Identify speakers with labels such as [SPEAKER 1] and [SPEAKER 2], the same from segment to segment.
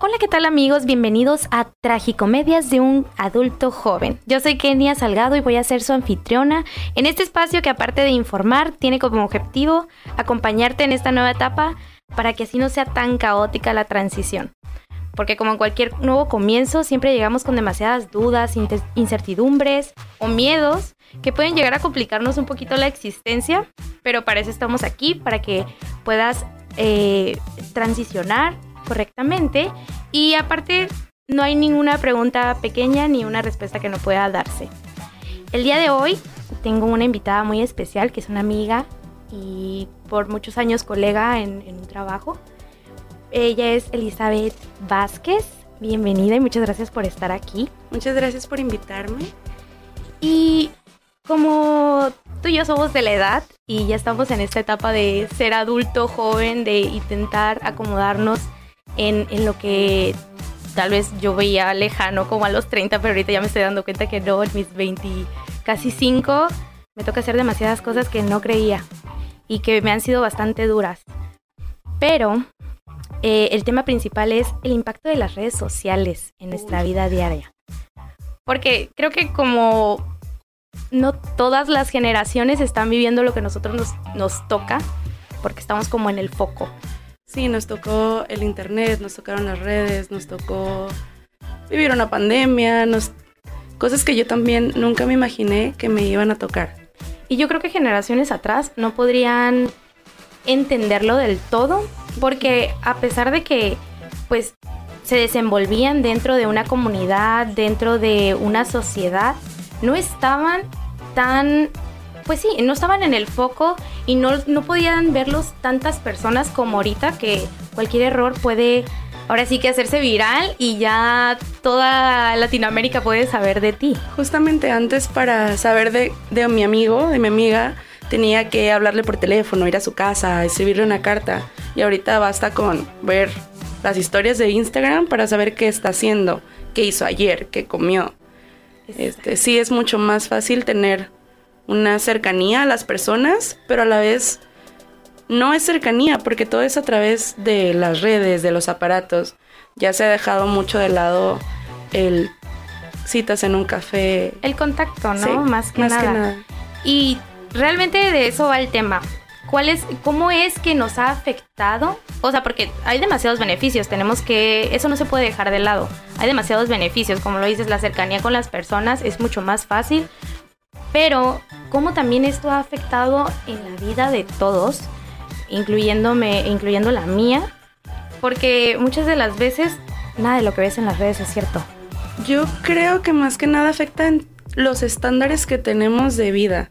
[SPEAKER 1] Hola, ¿qué tal amigos? Bienvenidos a Tragicomedias de un adulto joven. Yo soy Kenia Salgado y voy a ser su anfitriona en este espacio que, aparte de informar, tiene como objetivo acompañarte en esta nueva etapa para que así no sea tan caótica la transición. Porque como en cualquier nuevo comienzo, siempre llegamos con demasiadas dudas, incertidumbres o miedos que pueden llegar a complicarnos un poquito la existencia, pero para eso estamos aquí, para que puedas transicionar correctamente, y aparte no hay ninguna pregunta pequeña ni una respuesta que no pueda darse. El día de hoy tengo una invitada muy especial que es una amiga y por muchos años colega en un trabajo. Ella es Elizabeth Vázquez. Bienvenida y muchas gracias por estar aquí.
[SPEAKER 2] Muchas gracias por invitarme.
[SPEAKER 1] Y como tú y yo somos de la edad y ya estamos en esta etapa de ser adulto joven, de intentar acomodarnos en lo que tal vez yo veía lejano como a los 30, pero ahorita ya me estoy dando cuenta que no, en mis 20, casi 5, me toca hacer demasiadas cosas que no creía y que me han sido bastante duras. Pero el tema principal es el impacto de las redes sociales en nuestra vida diaria. Porque creo que como no todas las generaciones están viviendo lo que nosotros nos toca, porque estamos como en el foco.
[SPEAKER 2] Sí, nos tocó el internet, nos tocaron las redes, nos tocó vivir una pandemia, cosas que yo también nunca me imaginé que me iban a tocar.
[SPEAKER 1] Y yo creo que generaciones atrás no podrían entenderlo del todo, porque a pesar de que pues se desenvolvían dentro de una comunidad, dentro de una sociedad, no estaban tan, pues sí, no estaban en el foco y no podían verlos tantas personas como ahorita, que cualquier error puede ahora sí que hacerse viral y ya toda Latinoamérica puede saber de ti.
[SPEAKER 2] Justamente antes, para saber de mi amigo, de mi amiga, tenía que hablarle por teléfono, ir a su casa, escribirle una carta, y ahorita basta con ver las historias de Instagram para saber qué está haciendo, qué hizo ayer, qué comió. Sí, es mucho más fácil tener una cercanía a las personas, pero a la vez no es cercanía porque todo es a través de las redes, de los aparatos. Ya se ha dejado mucho de lado el citas en un café.
[SPEAKER 1] El contacto, ¿no?
[SPEAKER 2] Sí,
[SPEAKER 1] más que nada. Y realmente de eso va el tema. ¿Cómo es que nos ha afectado? O sea, porque hay demasiados beneficios, eso no se puede dejar de lado. Hay demasiados beneficios, como lo dices, la cercanía con las personas es mucho más fácil, pero ¿cómo también esto ha afectado en la vida de todos, incluyendo la mía? Porque muchas de las veces nada de lo que ves en las redes es cierto.
[SPEAKER 2] Yo creo que más que nada afectan los estándares que tenemos de vida.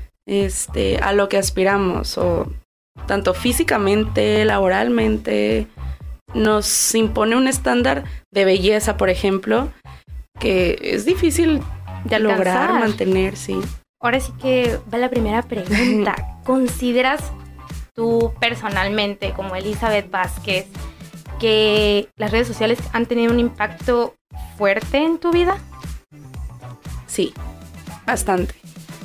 [SPEAKER 2] A lo que aspiramos, o tanto físicamente, laboralmente, nos impone un estándar de belleza, por ejemplo, que es difícil de lograr, mantener, sí.
[SPEAKER 1] Ahora sí que va la primera pregunta. ¿Consideras tú personalmente, como Elizabeth Vázquez, que las redes sociales han tenido un impacto fuerte en tu vida?
[SPEAKER 2] Sí, bastante.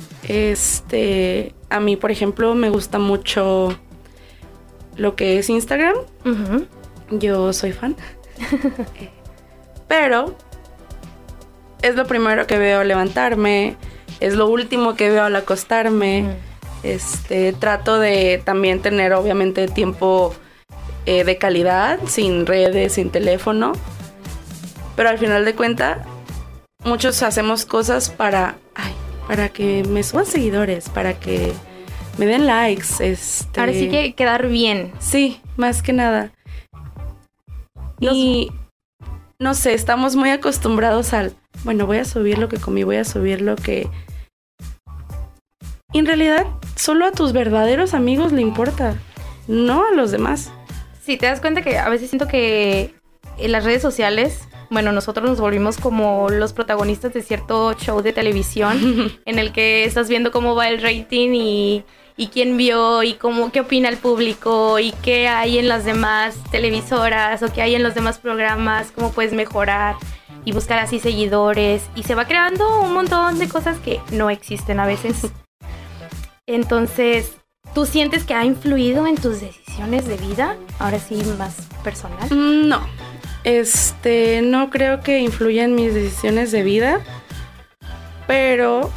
[SPEAKER 2] A mí, por ejemplo, me gusta mucho lo que es Instagram.
[SPEAKER 1] Uh-huh.
[SPEAKER 2] Yo soy fan. Pero es lo primero que veo al levantarme, es lo último que veo al acostarme. Uh-huh. Trato de también tener, obviamente, tiempo de calidad, sin redes, sin teléfono. Pero al final de cuentas, muchos hacemos cosas para que me suban seguidores, para que me den likes.
[SPEAKER 1] Ahora sí que quedar bien.
[SPEAKER 2] Sí, más que nada. Y no sé, estamos muy acostumbrados voy a subir lo que comí, voy a subir lo que... Y en realidad, solo a tus verdaderos amigos le importa, no a los demás.
[SPEAKER 1] Sí, te das cuenta que a veces siento que en las redes sociales, bueno, nosotros nos volvimos como los protagonistas de cierto show de televisión en el que estás viendo cómo va el rating y quién vio y qué opina el público y qué hay en las demás televisoras o qué hay en los demás programas, cómo puedes mejorar y buscar así seguidores, y se va creando un montón de cosas que no existen a veces. Entonces, ¿tú sientes que ha influido en tus decisiones de vida? Ahora sí, más personal.
[SPEAKER 2] No. No creo que influya en mis decisiones de vida, pero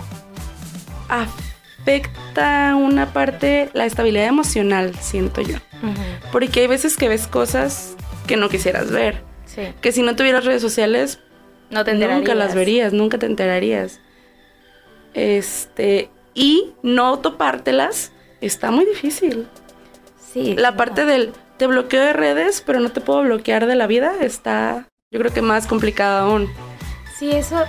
[SPEAKER 2] afecta una parte la estabilidad emocional, siento yo. Porque hay veces que ves cosas que no quisieras ver.
[SPEAKER 1] Sí.
[SPEAKER 2] Que si no tuvieras redes sociales,
[SPEAKER 1] No te enterarías.
[SPEAKER 2] nunca las verías, nunca te enterarías. Y no topártelas está muy difícil.
[SPEAKER 1] Sí.
[SPEAKER 2] La parte del te bloqueo de redes, pero no te puedo bloquear de la vida, está, yo creo que más complicada aún.
[SPEAKER 1] Sí, eso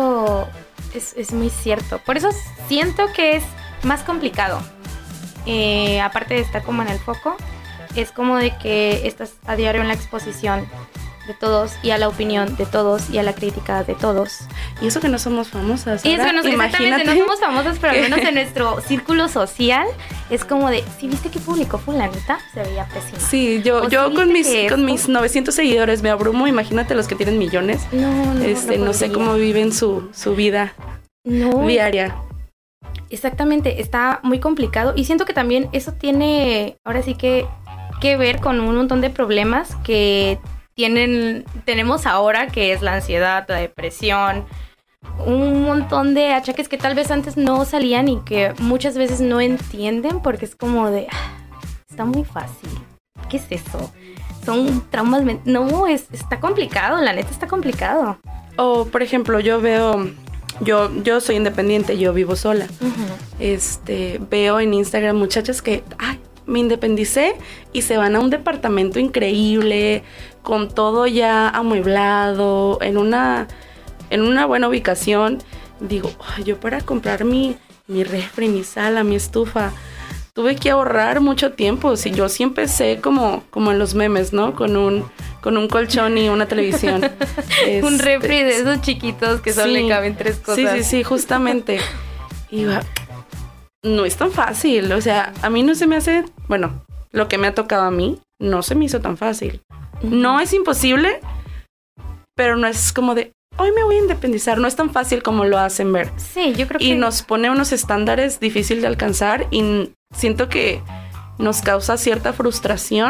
[SPEAKER 1] es muy cierto. Por eso siento que es más complicado. Aparte de estar como en el foco, es como de que estás a diario en la exposición de todos y a la opinión de todos y a la crítica de todos.
[SPEAKER 2] Y eso que no somos famosas.
[SPEAKER 1] Y eso
[SPEAKER 2] ahora,
[SPEAKER 1] que exactamente no somos famosas, pero al menos en nuestro círculo social es como de, ¿sí viste que publicó fulanita? Se veía pésima.
[SPEAKER 2] Sí, yo con mis 900 seguidores me abrumo, imagínate los que tienen millones. No sé cómo viven su vida diaria.
[SPEAKER 1] Exactamente, está muy complicado y siento que también eso tiene ahora sí que ver con un montón de problemas que tenemos ahora, que es la ansiedad, la depresión, un montón de achaques que tal vez antes no salían y que muchas veces no entienden porque es como de, está muy fácil, ¿qué es eso? Son traumas, no, está complicado, la neta está complicado.
[SPEAKER 2] O por ejemplo, yo soy independiente, yo vivo sola. Veo en Instagram muchachas que, me independicé y se van a un departamento increíble, con todo ya amueblado, en una buena ubicación. Digo, yo para comprar mi refri, mi sala, mi estufa, tuve que ahorrar mucho tiempo. Si yo sí empecé como en los memes, ¿no? Con un colchón y una televisión.
[SPEAKER 1] Un refri de esos chiquitos que solo le caben 3 cosas.
[SPEAKER 2] Sí, justamente. Y no es tan fácil, o sea, a mí no se me hace, bueno, lo que me ha tocado a mí no se me hizo tan fácil. No es imposible, pero no es como de, hoy me voy a independizar, no es tan fácil como lo hacen ver.
[SPEAKER 1] Sí, yo creo que...
[SPEAKER 2] Y nos pone unos estándares difíciles de alcanzar y siento que nos causa cierta frustración,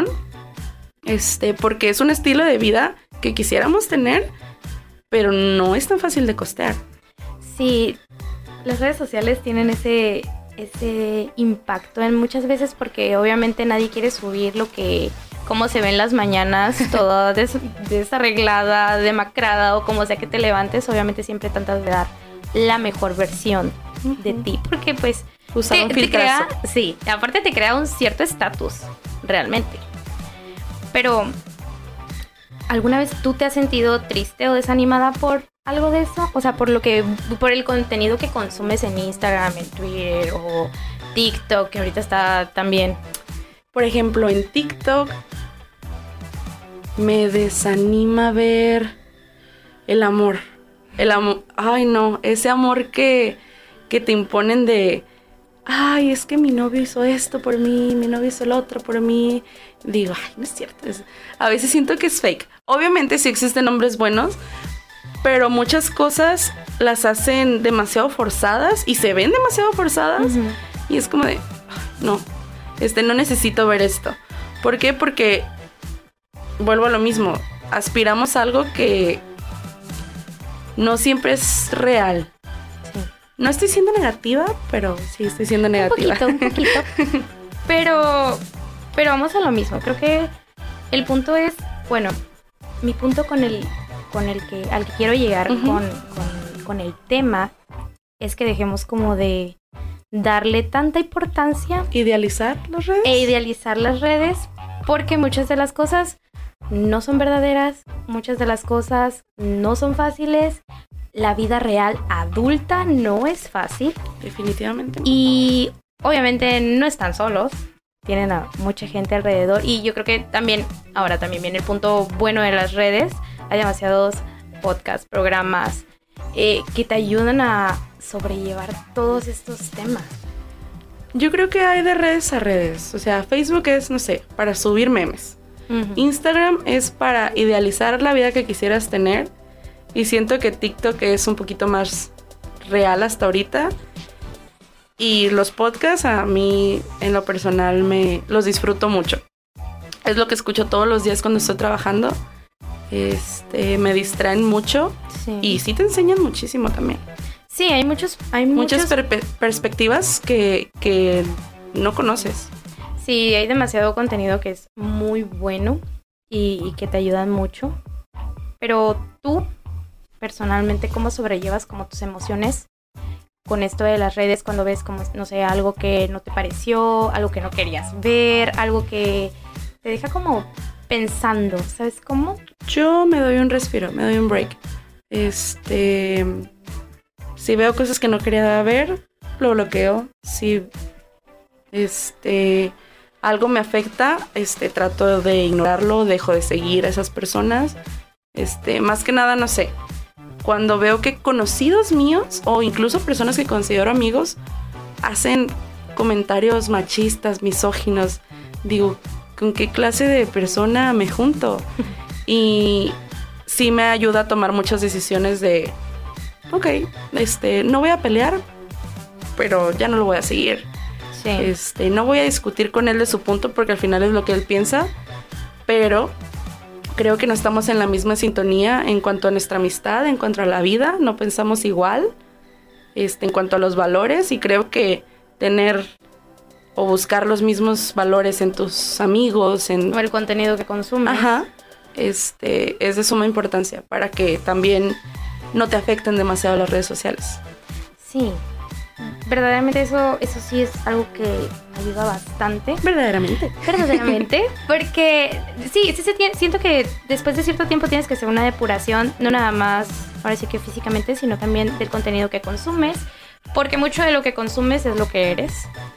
[SPEAKER 2] porque es un estilo de vida que quisiéramos tener, pero no es tan fácil de costear.
[SPEAKER 1] Sí, las redes sociales tienen ese impacto en muchas veces porque obviamente nadie quiere subir cómo se ven las mañanas, toda desarreglada, demacrada o como sea que te levantes, obviamente siempre tratas de dar la mejor versión de ti, porque pues te crea, sí, aparte te crea un cierto estatus, realmente. Pero, ¿alguna vez tú te has sentido triste o desanimada por algo de eso? O sea, por el contenido que consumes en Instagram, en Twitter o TikTok, que ahorita está también.
[SPEAKER 2] Por ejemplo, en TikTok me desanima ver el amor. Ay no, ese amor que te imponen de, es que mi novio hizo esto por mí, mi novio hizo lo otro por mí. Digo, no es cierto. A veces siento que es fake. Obviamente sí existen hombres buenos, pero muchas cosas las hacen demasiado forzadas y se ven demasiado forzadas. Y es como de, no necesito ver esto. ¿Por qué? Porque vuelvo a lo mismo, aspiramos a algo que no siempre es real. Sí. No estoy siendo negativa, pero sí estoy siendo negativa.
[SPEAKER 1] Un poquito. Pero vamos a lo mismo. Creo que el punto es, bueno, mi punto al que quiero llegar con el tema es que dejemos como de darle tanta importancia.
[SPEAKER 2] Idealizar las redes.
[SPEAKER 1] Porque muchas de las cosas no son verdaderas, muchas de las cosas no son fáciles. La vida real adulta no es fácil.
[SPEAKER 2] Definitivamente.
[SPEAKER 1] Y obviamente no están solos. Tienen a mucha gente alrededor. Y yo creo que también viene el punto bueno de las redes. Hay demasiados podcasts, programas que te ayudan a sobrellevar todos estos temas.
[SPEAKER 2] Yo creo que hay de redes a redes. O sea, Facebook es, no sé, para subir memes. Instagram es para idealizar la vida que quisieras tener. Y siento que TikTok es un poquito más real hasta ahorita. Y los podcasts a mí, en lo personal, los disfruto mucho. Es lo que escucho todos los días cuando estoy trabajando. me distraen mucho
[SPEAKER 1] Sí.
[SPEAKER 2] y sí te enseñan muchísimo también.
[SPEAKER 1] Sí, hay muchas
[SPEAKER 2] perspectivas que no conoces.
[SPEAKER 1] Sí, hay demasiado contenido que es muy bueno y que te ayudan mucho. Pero tú, personalmente, ¿cómo sobrellevas como tus emociones con esto de las redes cuando ves como, no sé, algo que no te pareció, algo que no querías ver, algo que te deja como pensando, ¿sabes cómo?
[SPEAKER 2] Yo me doy un respiro, me doy un break. Si veo cosas que no quería ver, lo bloqueo. Si algo me afecta, trato de ignorarlo, dejo de seguir a esas personas. Más que nada, no sé, cuando veo que conocidos míos o incluso personas que considero amigos hacen comentarios machistas, misóginos, digo, ¿con qué clase de persona me junto? Y sí me ayuda a tomar muchas decisiones de, ok, no voy a pelear, pero ya no lo voy a seguir.
[SPEAKER 1] Sí.
[SPEAKER 2] No voy a discutir con él de su punto porque al final es lo que él piensa, pero creo que no estamos en la misma sintonía en cuanto a nuestra amistad, en cuanto a la vida, no pensamos igual, en cuanto a los valores, y creo que tener o buscar los mismos valores en tus amigos,
[SPEAKER 1] O el contenido que consumes.
[SPEAKER 2] Ajá, es de suma importancia para que también no te afecten demasiado las redes sociales.
[SPEAKER 1] Sí, verdaderamente eso sí es algo que ayuda bastante.
[SPEAKER 2] Verdaderamente,
[SPEAKER 1] porque sí, siento que después de cierto tiempo tienes que hacer una depuración, no nada más, ahora sí que físicamente, sino también del contenido que consumes, porque mucho de lo que consumes es lo que eres,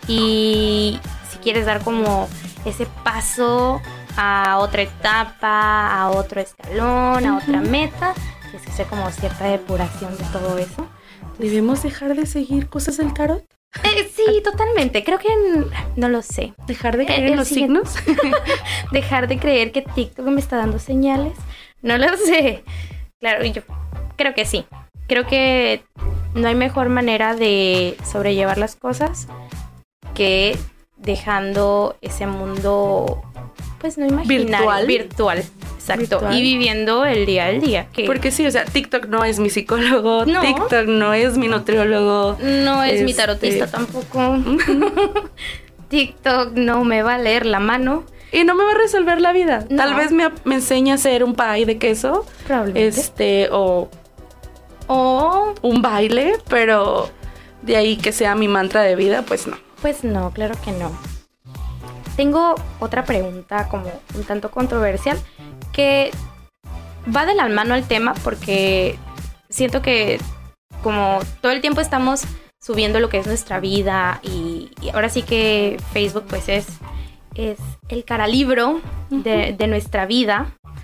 [SPEAKER 1] y si quieres dar como ese paso a otra etapa, a otro escalón, a otra meta, tienes que hacer como cierta depuración de todo eso.
[SPEAKER 2] ¿Debemos dejar de seguir cosas del tarot?
[SPEAKER 1] Sí, totalmente. Creo que no lo sé.
[SPEAKER 2] ¿Dejar de creer en los signos?
[SPEAKER 1] Dejar de creer que TikTok me está dando señales. No lo sé. Claro, yo creo que sí. Creo que no hay mejor manera de sobrellevar las cosas que dejando ese mundo, pues no imaginario, virtual. Exacto. Virtual. Y viviendo el día al día.
[SPEAKER 2] Porque sí, o sea, TikTok no es mi psicólogo, no. TikTok no es mi nutriólogo.
[SPEAKER 1] No es mi tarotista tampoco. TikTok no me va a leer la mano.
[SPEAKER 2] Y no me va a resolver la vida. No. Tal vez me enseñe a hacer un pie de queso.
[SPEAKER 1] Probablemente.
[SPEAKER 2] O un baile, pero de ahí que sea mi mantra de vida, pues no.
[SPEAKER 1] Pues no, claro que no. Tengo otra pregunta como un tanto controversial que va de la mano al tema, porque siento que como todo el tiempo estamos subiendo lo que es nuestra vida y ahora sí que Facebook pues es el caralibro de nuestra vida,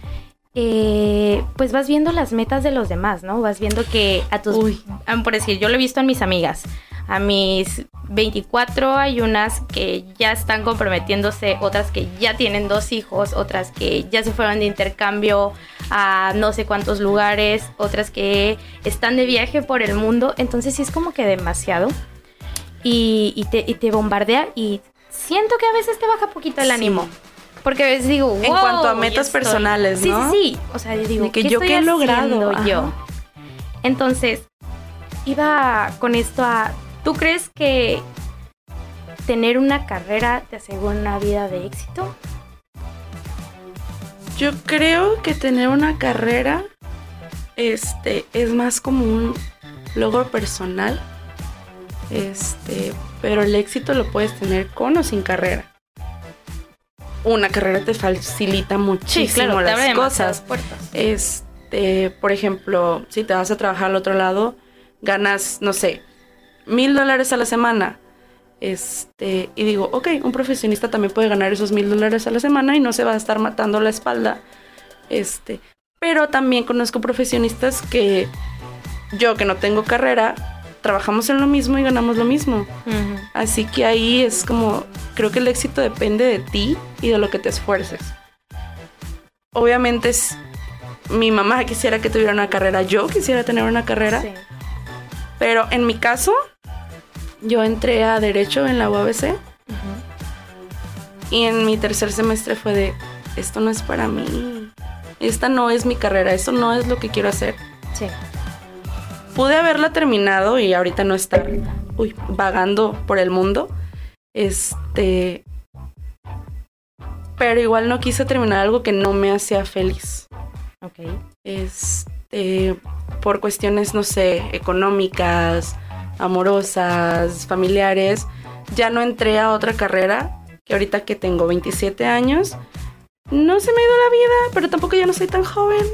[SPEAKER 1] pues vas viendo las metas de los demás, ¿no? Vas viendo que por decir, yo lo he visto en mis amigas. A mis 24 hay unas que ya están comprometiéndose, otras que ya tienen 2 hijos, otras que ya se fueron de intercambio a no sé cuántos lugares, otras que están de viaje por el mundo. Entonces sí es como que demasiado y te bombardea, y siento que a veces te baja poquito el ánimo. Porque a veces digo, wow,
[SPEAKER 2] en cuanto a metas personales, ¿no?
[SPEAKER 1] Sí. O sea, yo digo,
[SPEAKER 2] que yo qué he logrado
[SPEAKER 1] yo. Entonces, iba con esto a... ¿Tú crees que tener una carrera te asegura una vida de éxito?
[SPEAKER 2] Yo creo que tener una carrera es más como un logro personal. Pero el éxito lo puedes tener con o sin carrera. Una carrera te facilita muchísimo las cosas. Por ejemplo, si te vas a trabajar al otro lado, ganas, no sé, $1,000 a la semana. Y digo, ok, un profesionista también puede ganar esos $1,000 a la semana y no se va a estar matando la espalda. Pero también conozco profesionistas que yo, que no tengo carrera, trabajamos en lo mismo y ganamos lo mismo. Uh-huh. Así que ahí es como, creo que el éxito depende de ti y de lo que te esfuerces. Obviamente mi mamá quisiera que tuviera una carrera, yo quisiera tener una carrera. Sí. Pero en mi caso, yo entré a Derecho en la UABC. Uh-huh. Y en mi tercer semestre fue de, esto no es para mí. esta no es mi carrera, esto no es lo que quiero hacer.
[SPEAKER 1] Sí.
[SPEAKER 2] Pude haberla terminado y ahorita no estar, vagando por el mundo. Pero igual no quise terminar algo que no me hacía feliz.
[SPEAKER 1] Ok.
[SPEAKER 2] Por cuestiones, no sé, económicas, amorosas, familiares, ya no entré a otra carrera, que ahorita que tengo 27 años, no se me ha ido la vida, pero tampoco ya no soy tan joven.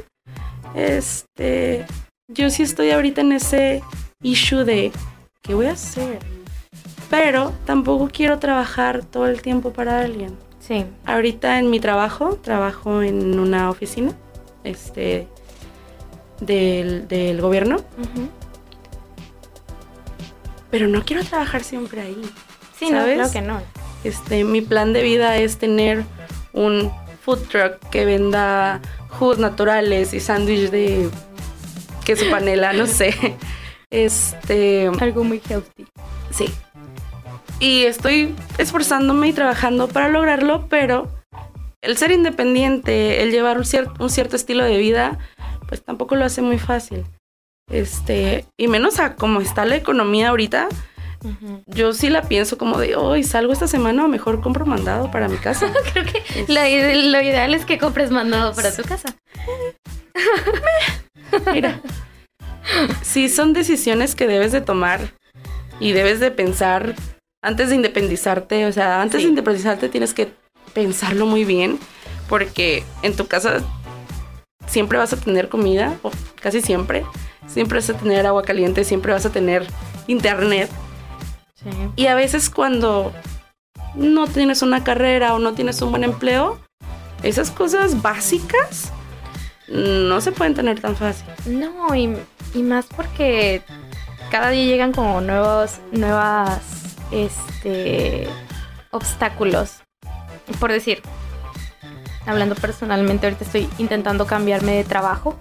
[SPEAKER 2] Yo sí estoy ahorita en ese issue de ¿qué voy a hacer? Pero tampoco quiero trabajar todo el tiempo para alguien.
[SPEAKER 1] Sí.
[SPEAKER 2] Ahorita en mi trabajo en una oficina, del gobierno. Uh-huh. Pero no quiero trabajar siempre ahí.
[SPEAKER 1] Sí,
[SPEAKER 2] ¿sabes?
[SPEAKER 1] No, claro que no.
[SPEAKER 2] Mi plan de vida es tener un food truck que venda jugos naturales y sándwich de queso panela, no sé.
[SPEAKER 1] Algo muy healthy.
[SPEAKER 2] Sí. Y estoy esforzándome y trabajando para lograrlo, pero el ser independiente, el llevar un cierto estilo de vida, pues tampoco lo hace muy fácil. Y menos a cómo está la economía ahorita, uh-huh. Yo sí la pienso como de, salgo esta semana o mejor compro mandado para mi casa.
[SPEAKER 1] Creo que lo ideal es que compres mandado para tu casa.
[SPEAKER 2] Mira, sí son decisiones que debes de tomar y debes de pensar antes de independizarte. O sea, antes de independizarte tienes que pensarlo muy bien, porque en tu casa siempre vas a tener comida, o casi siempre vas a tener agua caliente, siempre vas a tener internet. Sí. Y a veces cuando no tienes una carrera o no tienes un buen empleo, esas cosas básicas no se pueden tener tan fácil.
[SPEAKER 1] No, y más porque cada día llegan como nuevas obstáculos. Por decir, hablando personalmente, ahorita estoy intentando cambiarme de trabajo.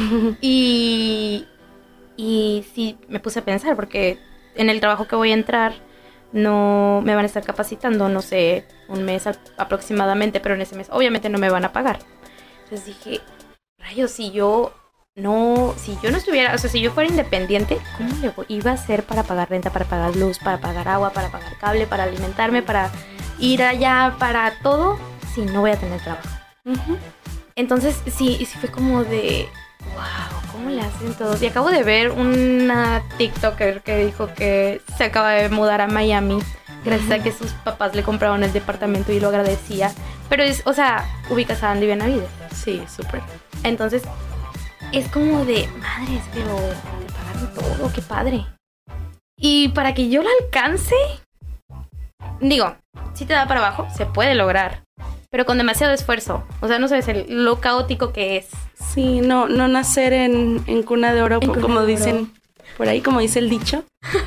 [SPEAKER 1] Y sí me puse a pensar, porque en el trabajo que voy a entrar no me van a estar capacitando, no sé, un mes aproximadamente, pero en ese mes obviamente no me van a pagar. Entonces dije, rayos, si yo no estuviera, o sea, si yo fuera independiente, ¿cómo iba a hacer para pagar renta, para pagar luz, para pagar agua, para pagar cable, para alimentarme, para ir allá, para todo, si no voy a tener trabajo? Uh-huh. Entonces sí fue como de, wow, ¿cómo le hacen todos? Y acabo de ver una TikToker que dijo que se acaba de mudar a Miami gracias a que sus papás le compraron el departamento y lo agradecía. Pero ubicas a Andy Benavides.
[SPEAKER 2] Sí, súper.
[SPEAKER 1] Entonces es como de, madres, pero te pagaron todo, qué padre. Y para que yo lo alcance, digo, si te da para abajo, se puede lograr, pero con demasiado esfuerzo. O sea, no sabes lo caótico que es.
[SPEAKER 2] Sí, no nacer en cuna de oro, como dicen por ahí, como dice el dicho.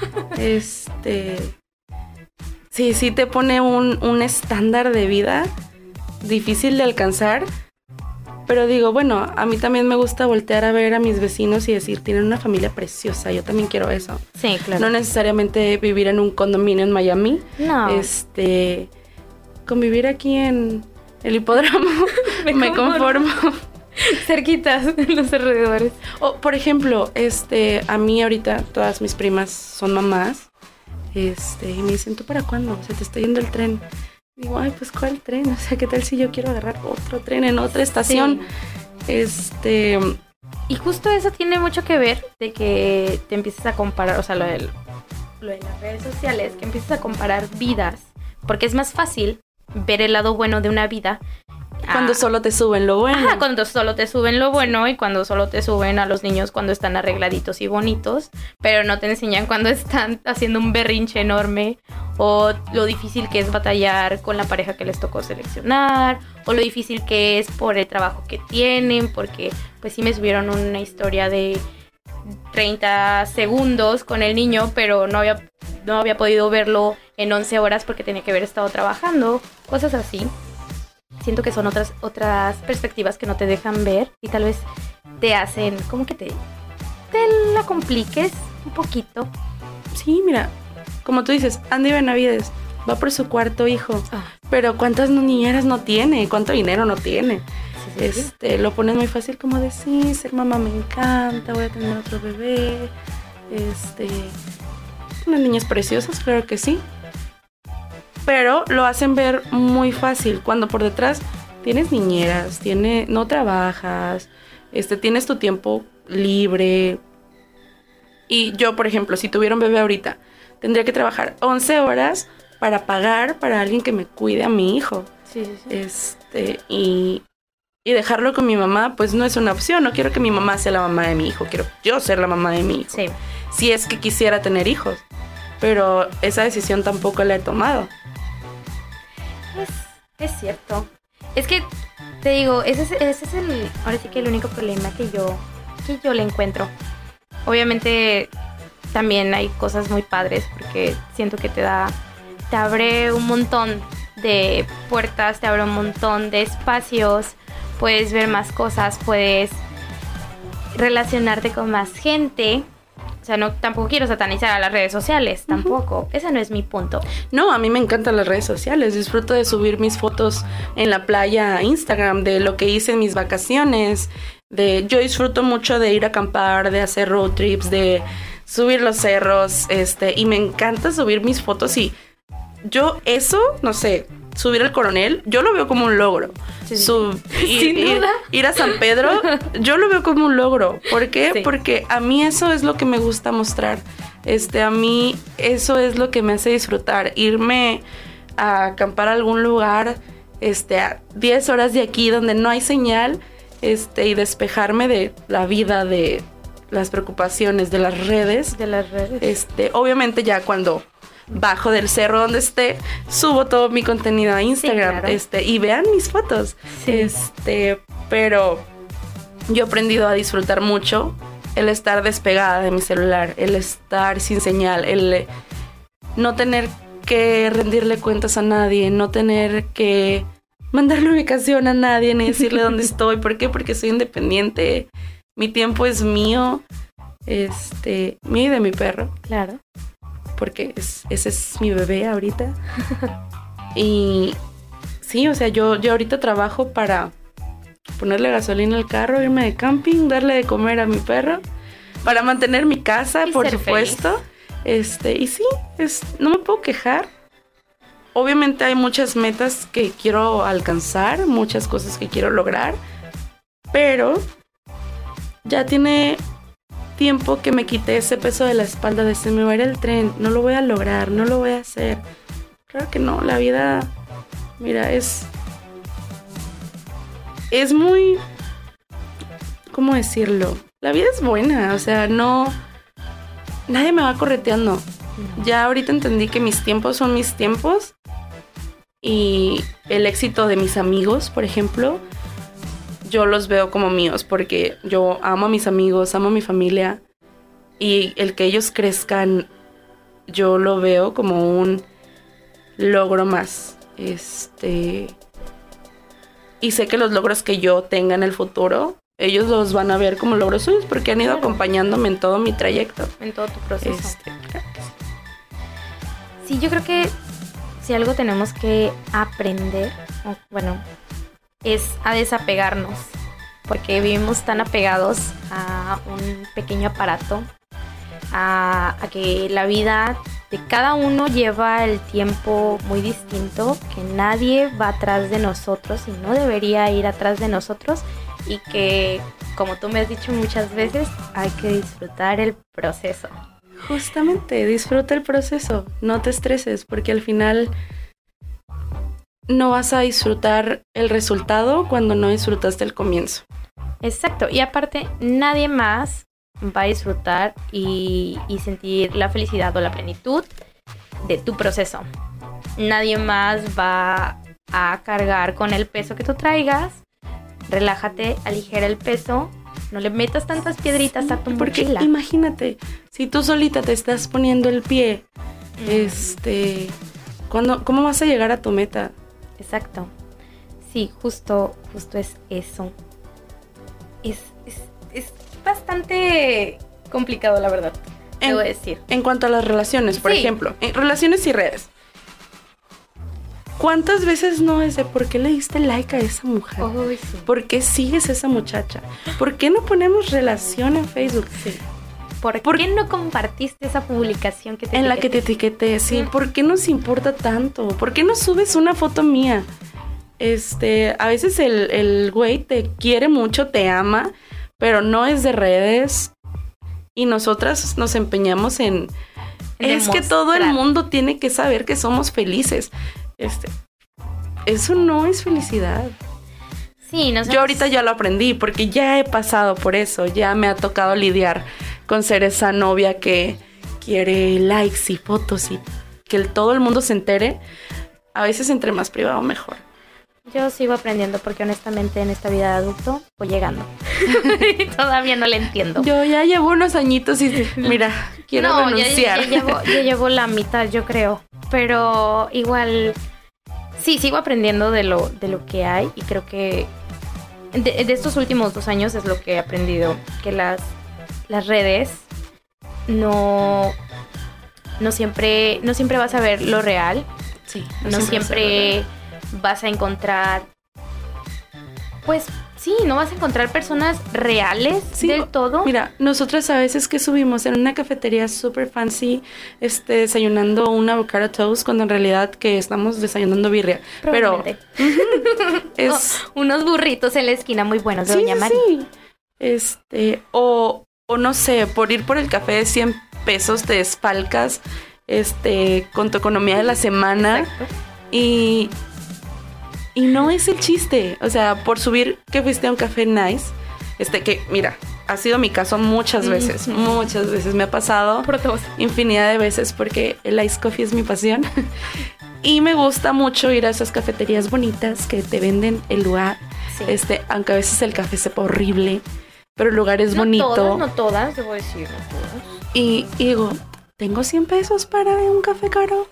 [SPEAKER 2] Sí te pone un estándar de vida difícil de alcanzar. Pero digo, bueno, a mí también me gusta voltear a ver a mis vecinos y decir, tienen una familia preciosa, yo también quiero eso.
[SPEAKER 1] Sí, claro.
[SPEAKER 2] No necesariamente vivir en un condominio en Miami.
[SPEAKER 1] No.
[SPEAKER 2] Convivir aquí en el hipódromo, me conformo.
[SPEAKER 1] Cerquitas, en los alrededores.
[SPEAKER 2] O, por ejemplo, a mí ahorita todas mis primas son mamás. Y me dicen, ¿tú para cuándo? O sea, te estoy yendo el tren. Digo, pues ¿cuál tren? O sea, ¿qué tal si yo quiero agarrar otro tren en otra estación? Sí.
[SPEAKER 1] Y justo eso tiene mucho que ver de que te empieces a comparar, o sea, lo de las redes sociales, que empieces a comparar vidas, porque es más fácil ver el lado bueno de una vida
[SPEAKER 2] cuando solo te suben lo bueno.
[SPEAKER 1] Ajá, cuando solo te suben lo bueno y cuando solo te suben a los niños cuando están arregladitos y bonitos, pero no te enseñan cuando están haciendo un berrinche enorme, o lo difícil que es batallar con la pareja que les tocó seleccionar, o lo difícil que es por el trabajo que tienen, porque pues sí me subieron una historia de 30 segundos con el niño, pero no había podido verlo en 11 horas porque tenía que haber estado trabajando, cosas así. Siento que son otras perspectivas que no te dejan ver y tal vez te hacen como que te la compliques un poquito.
[SPEAKER 2] Sí, mira, como tú dices, Andy Benavides va por su cuarto hijo, pero ¿cuántas niñeras no tiene? ¿Cuánto dinero no tiene? Lo pones muy fácil como de sí, ser mamá me encanta, voy a tener otro bebé, unas niñas preciosas, claro que sí. Pero lo hacen ver muy fácil cuando por detrás tienes niñeras, no trabajas, tienes tu tiempo libre. Y yo, por ejemplo, si tuviera un bebé ahorita, tendría que trabajar 11 horas para pagar para alguien que me cuide a mi hijo.
[SPEAKER 1] Sí.
[SPEAKER 2] Y dejarlo con mi mamá, pues no es una opción. No quiero que mi mamá sea la mamá de mi hijo, quiero yo ser la mamá de mi hijo.
[SPEAKER 1] Sí.
[SPEAKER 2] Si es que quisiera tener hijos. Pero esa decisión tampoco la he tomado.
[SPEAKER 1] Es cierto. Es que, te digo, ese es ahora sí que el único problema que yo le encuentro. Obviamente también hay cosas muy padres porque siento que te abre un montón de puertas, te abre un montón de espacios, puedes ver más cosas, puedes relacionarte con más gente. O sea, tampoco quiero satanizar a las redes sociales, tampoco. Ese no es mi punto.
[SPEAKER 2] No, a mí me encantan las redes sociales. Disfruto de subir mis fotos en la playa a Instagram, de lo que hice en mis vacaciones. Yo disfruto mucho de ir a acampar, de hacer road trips, de subir los cerros, y me encanta subir mis fotos y yo no sé, subir al Coronel, yo lo veo como un logro.
[SPEAKER 1] Sí. Sin duda.
[SPEAKER 2] Ir a San Pedro, yo lo veo como un logro. ¿Por qué?
[SPEAKER 1] Sí.
[SPEAKER 2] Porque a mí eso es lo que me gusta mostrar. A mí eso es lo que me hace disfrutar. Irme a acampar a algún lugar, a 10 horas de aquí donde no hay señal, y despejarme de la vida, de las preocupaciones, de las redes. Obviamente ya cuando bajo del cerro donde esté, subo todo mi contenido a Instagram,
[SPEAKER 1] sí, claro.
[SPEAKER 2] Y vean mis fotos.
[SPEAKER 1] Sí.
[SPEAKER 2] Pero yo he aprendido a disfrutar mucho el estar despegada de mi celular, el estar sin señal, el no tener que rendirle cuentas a nadie, no tener que mandarle ubicación a nadie ni decirle dónde estoy. ¿Por qué? Porque soy independiente. Mi tiempo es mío, mío y de mi perro.
[SPEAKER 1] Claro.
[SPEAKER 2] Porque ese es mi bebé ahorita. Y sí, o sea, yo ahorita trabajo para ponerle gasolina al carro, irme de camping, darle de comer a mi perro, para mantener mi casa, por supuesto. Y sí, no me puedo quejar. Obviamente hay muchas metas que quiero alcanzar, muchas cosas que quiero lograr, pero ya tiene tiempo que me quité ese peso de la espalda de se me va a ir el tren, no lo voy a lograr, no lo voy a hacer. Claro que no, la vida, mira, es muy, ¿cómo decirlo? La vida es buena, o sea, nadie me va correteando. Ya ahorita entendí que mis tiempos son mis tiempos y el éxito de mis amigos, por ejemplo, yo los veo como míos porque yo amo a mis amigos, amo a mi familia y el que ellos crezcan yo lo veo como un logro más. Y sé que los logros que yo tenga en el futuro, ellos los van a ver como logros suyos porque han ido acompañándome en todo mi trayecto.
[SPEAKER 1] En todo tu proceso. Sí, yo creo que si algo tenemos que aprender, es a desapegarnos, porque vivimos tan apegados a un pequeño aparato, a que la vida de cada uno lleva el tiempo muy distinto, que nadie va atrás de nosotros y no debería ir atrás de nosotros, y que, como tú me has dicho muchas veces, hay que disfrutar el proceso.
[SPEAKER 2] Justamente, disfruta el proceso, no te estreses, porque al final no vas a disfrutar el resultado cuando no disfrutaste el comienzo.
[SPEAKER 1] Exacto, y aparte nadie más va a disfrutar y sentir la felicidad o la plenitud de tu proceso. Nadie más va a cargar con el peso que tú traigas. Relájate, aligera el peso, no le metas tantas piedritas a tu mochila.
[SPEAKER 2] Porque imagínate, si tú solita te estás poniendo el pie, ¿cómo vas a llegar a tu meta?
[SPEAKER 1] Exacto. Sí, justo es eso. Es bastante complicado, la verdad. Debo decir.
[SPEAKER 2] En cuanto a las relaciones, por ejemplo, en relaciones y redes. ¿Cuántas veces no es de por qué le diste like a esa mujer?
[SPEAKER 1] Uy, sí.
[SPEAKER 2] ¿Por qué sigues a esa muchacha? ¿Por qué no ponemos relación en Facebook?
[SPEAKER 1] Sí. ¿Por qué no compartiste esa publicación que te
[SPEAKER 2] En la que te etiqueté, sí. ¿Por qué nos importa tanto? ¿Por qué no subes una foto mía? A veces el güey te quiere mucho, te ama, pero no es de redes. Y nosotras nos empeñamos en... Es que todo el mundo tiene que saber que somos felices. Eso no es felicidad.
[SPEAKER 1] Sí,
[SPEAKER 2] Yo ahorita ya lo aprendí porque ya he pasado por eso. Ya me ha tocado lidiar con ser esa novia que quiere likes y fotos y que todo el mundo se entere. A veces entre más privado mejor.
[SPEAKER 1] Yo sigo aprendiendo porque honestamente en esta vida de adulto voy llegando. Todavía no le entiendo.
[SPEAKER 2] Yo ya llevo unos añitos y mira, quiero renunciar.
[SPEAKER 1] Ya llevo la mitad, yo creo. Pero igual, sí, sigo aprendiendo de lo que hay y creo que de estos últimos 2 años es lo que he aprendido, que las redes no siempre vas a ver lo real.
[SPEAKER 2] Sí,
[SPEAKER 1] no siempre vas a encontrar, pues sí, no vas a encontrar personas reales del todo.
[SPEAKER 2] Mira, nosotras a veces que subimos en una cafetería súper fancy, desayunando un avocado toast, cuando en realidad que estamos desayunando birria. Pero
[SPEAKER 1] es unos burritos en la esquina muy buenos de Doña Mari.
[SPEAKER 2] Sí. O no sé, por ir por el café de 100 pesos te desfalcas con tu economía de la semana.
[SPEAKER 1] Exacto.
[SPEAKER 2] Y no es el chiste. O sea, por subir que fuiste a un café nice, que mira, ha sido mi caso muchas veces. Muchas veces me ha pasado.
[SPEAKER 1] Por 2.
[SPEAKER 2] Infinidad de veces porque el ice coffee es mi pasión. Y me gusta mucho ir a esas cafeterías bonitas que te venden el lugar. Sí. Aunque a veces el café sepa horrible, pero el lugar es bonito.
[SPEAKER 1] No todas, debo decir, no todas.
[SPEAKER 2] Y digo, ¿tengo 100 pesos para un café caro?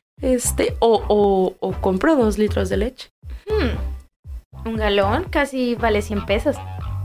[SPEAKER 2] O compro 2 litros de leche.
[SPEAKER 1] Un galón casi vale 100 pesos.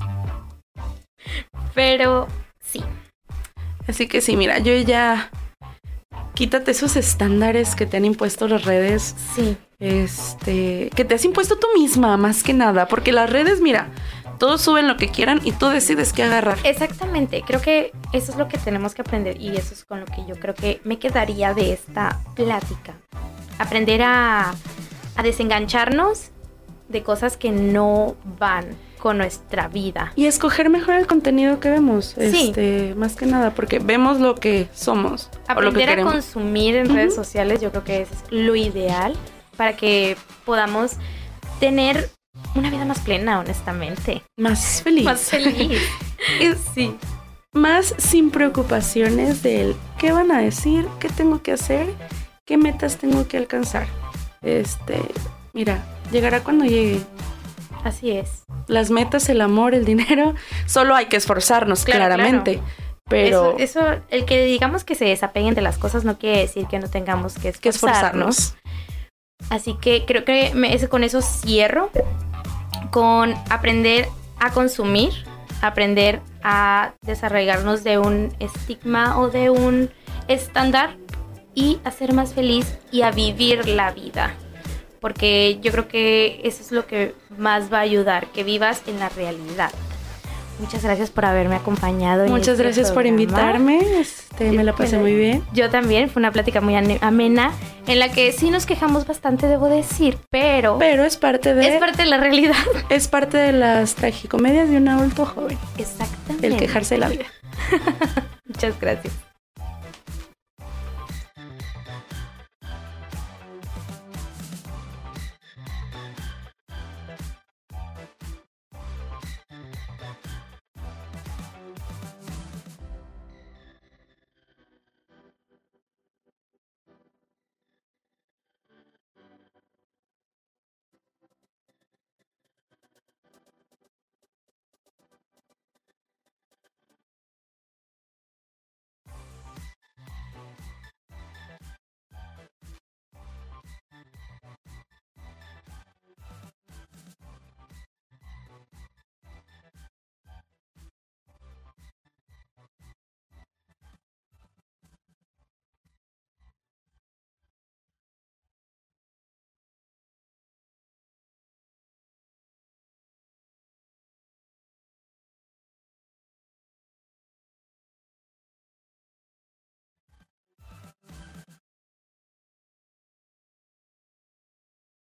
[SPEAKER 1] Pero sí.
[SPEAKER 2] Así que sí, mira, yo ya... Quítate esos estándares que te han impuesto las redes.
[SPEAKER 1] Sí.
[SPEAKER 2] Que te has impuesto tú misma, más que nada. Porque las redes, mira, todos suben lo que quieran y tú decides qué agarrar.
[SPEAKER 1] Exactamente. Creo que eso es lo que tenemos que aprender. Y eso es con lo que yo creo que me quedaría de esta plática. Aprender a desengancharnos de cosas que no van con nuestra vida.
[SPEAKER 2] Y escoger mejor el contenido que vemos.
[SPEAKER 1] Sí.
[SPEAKER 2] Más que nada, porque vemos lo que somos.
[SPEAKER 1] Aprender
[SPEAKER 2] o lo que
[SPEAKER 1] a
[SPEAKER 2] queremos.
[SPEAKER 1] consumir en redes sociales, yo creo que eso es lo ideal para que podamos tener una vida más plena, honestamente.
[SPEAKER 2] Más feliz.
[SPEAKER 1] Más feliz.
[SPEAKER 2] Sí. Más sin preocupaciones del qué van a decir, qué tengo que hacer, qué metas tengo que alcanzar. Mira, llegará cuando llegue.
[SPEAKER 1] Así es.
[SPEAKER 2] Las metas, el amor, el dinero, solo hay que esforzarnos, claramente.
[SPEAKER 1] Claro.
[SPEAKER 2] Pero
[SPEAKER 1] eso, el que digamos que se desapeguen de las cosas no quiere decir que no tengamos que esforzarnos. Así que creo que con eso cierro, con aprender a consumir, aprender a desarraigarnos de un estigma o de un estándar y a ser más feliz y a vivir la vida. Porque yo creo que eso es lo que más va a ayudar, que vivas en la realidad. Muchas gracias por haberme acompañado.
[SPEAKER 2] Muchas gracias por invitarme. Me la pasé muy bien.
[SPEAKER 1] Yo también. Fue una plática muy amena, en la que sí nos quejamos bastante, debo decir, pero
[SPEAKER 2] es parte de...
[SPEAKER 1] Es parte de la realidad.
[SPEAKER 2] Es parte de las tragicomedias de un adulto joven.
[SPEAKER 1] Exactamente.
[SPEAKER 2] El quejarse de la vida.
[SPEAKER 1] Muchas gracias.